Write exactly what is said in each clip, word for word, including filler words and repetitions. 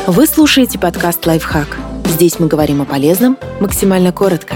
Вы слушаете подкаст «Лайфхак». Здесь мы говорим о полезном максимально коротко.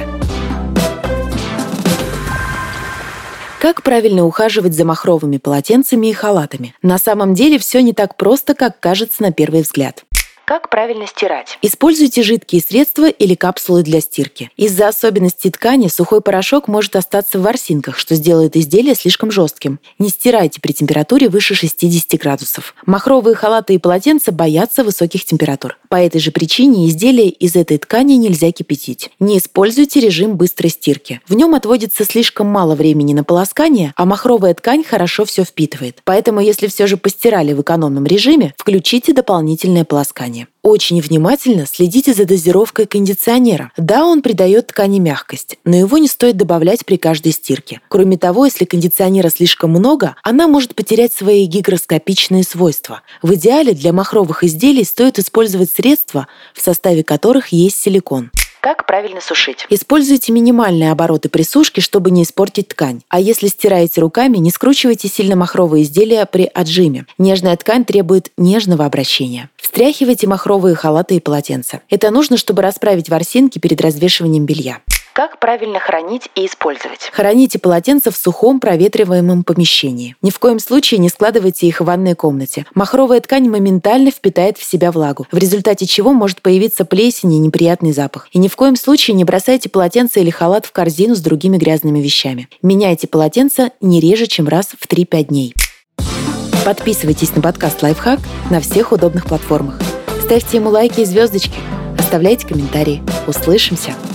Как правильно ухаживать за махровыми полотенцами и халатами? На самом деле все не так просто, как кажется на первый взгляд. Как правильно стирать? Используйте жидкие средства или капсулы для стирки. Из-за особенностей ткани сухой порошок может остаться в ворсинках, что сделает изделие слишком жестким. Не стирайте при температуре выше шестидесяти градусов. Махровые халаты и полотенца боятся высоких температур. По этой же причине изделия из этой ткани нельзя кипятить. Не используйте режим быстрой стирки. В нем отводится слишком мало времени на полоскание, а махровая ткань хорошо все впитывает. Поэтому, если все же постирали в экономном режиме, включите дополнительное полоскание. Очень внимательно следите за дозировкой кондиционера. Да, он придает ткани мягкость, но его не стоит добавлять при каждой стирке. Кроме того, если кондиционера слишком много, она может потерять свои гигроскопичные свойства. В идеале для махровых изделий стоит использовать средства, в составе которых есть силикон. Как правильно сушить? Используйте минимальные обороты при сушке, чтобы не испортить ткань. А если стираете руками, не скручивайте сильно махровые изделия при отжиме. Нежная ткань требует нежного обращения. Встряхивайте махровые халаты и полотенца. Это нужно, чтобы расправить ворсинки перед развешиванием белья. Как правильно хранить и использовать? Храните полотенца в сухом проветриваемом помещении. Ни в коем случае не складывайте их в ванной комнате. Махровая ткань моментально впитает в себя влагу, в результате чего может появиться плесень и неприятный запах. И ни в коем случае не бросайте полотенце или халат в корзину с другими грязными вещами. Меняйте полотенца не реже, чем раз в три-пять дней. Подписывайтесь на подкаст «Лайфхак» на всех удобных платформах. Ставьте ему лайки и звездочки. Оставляйте комментарии. Услышимся!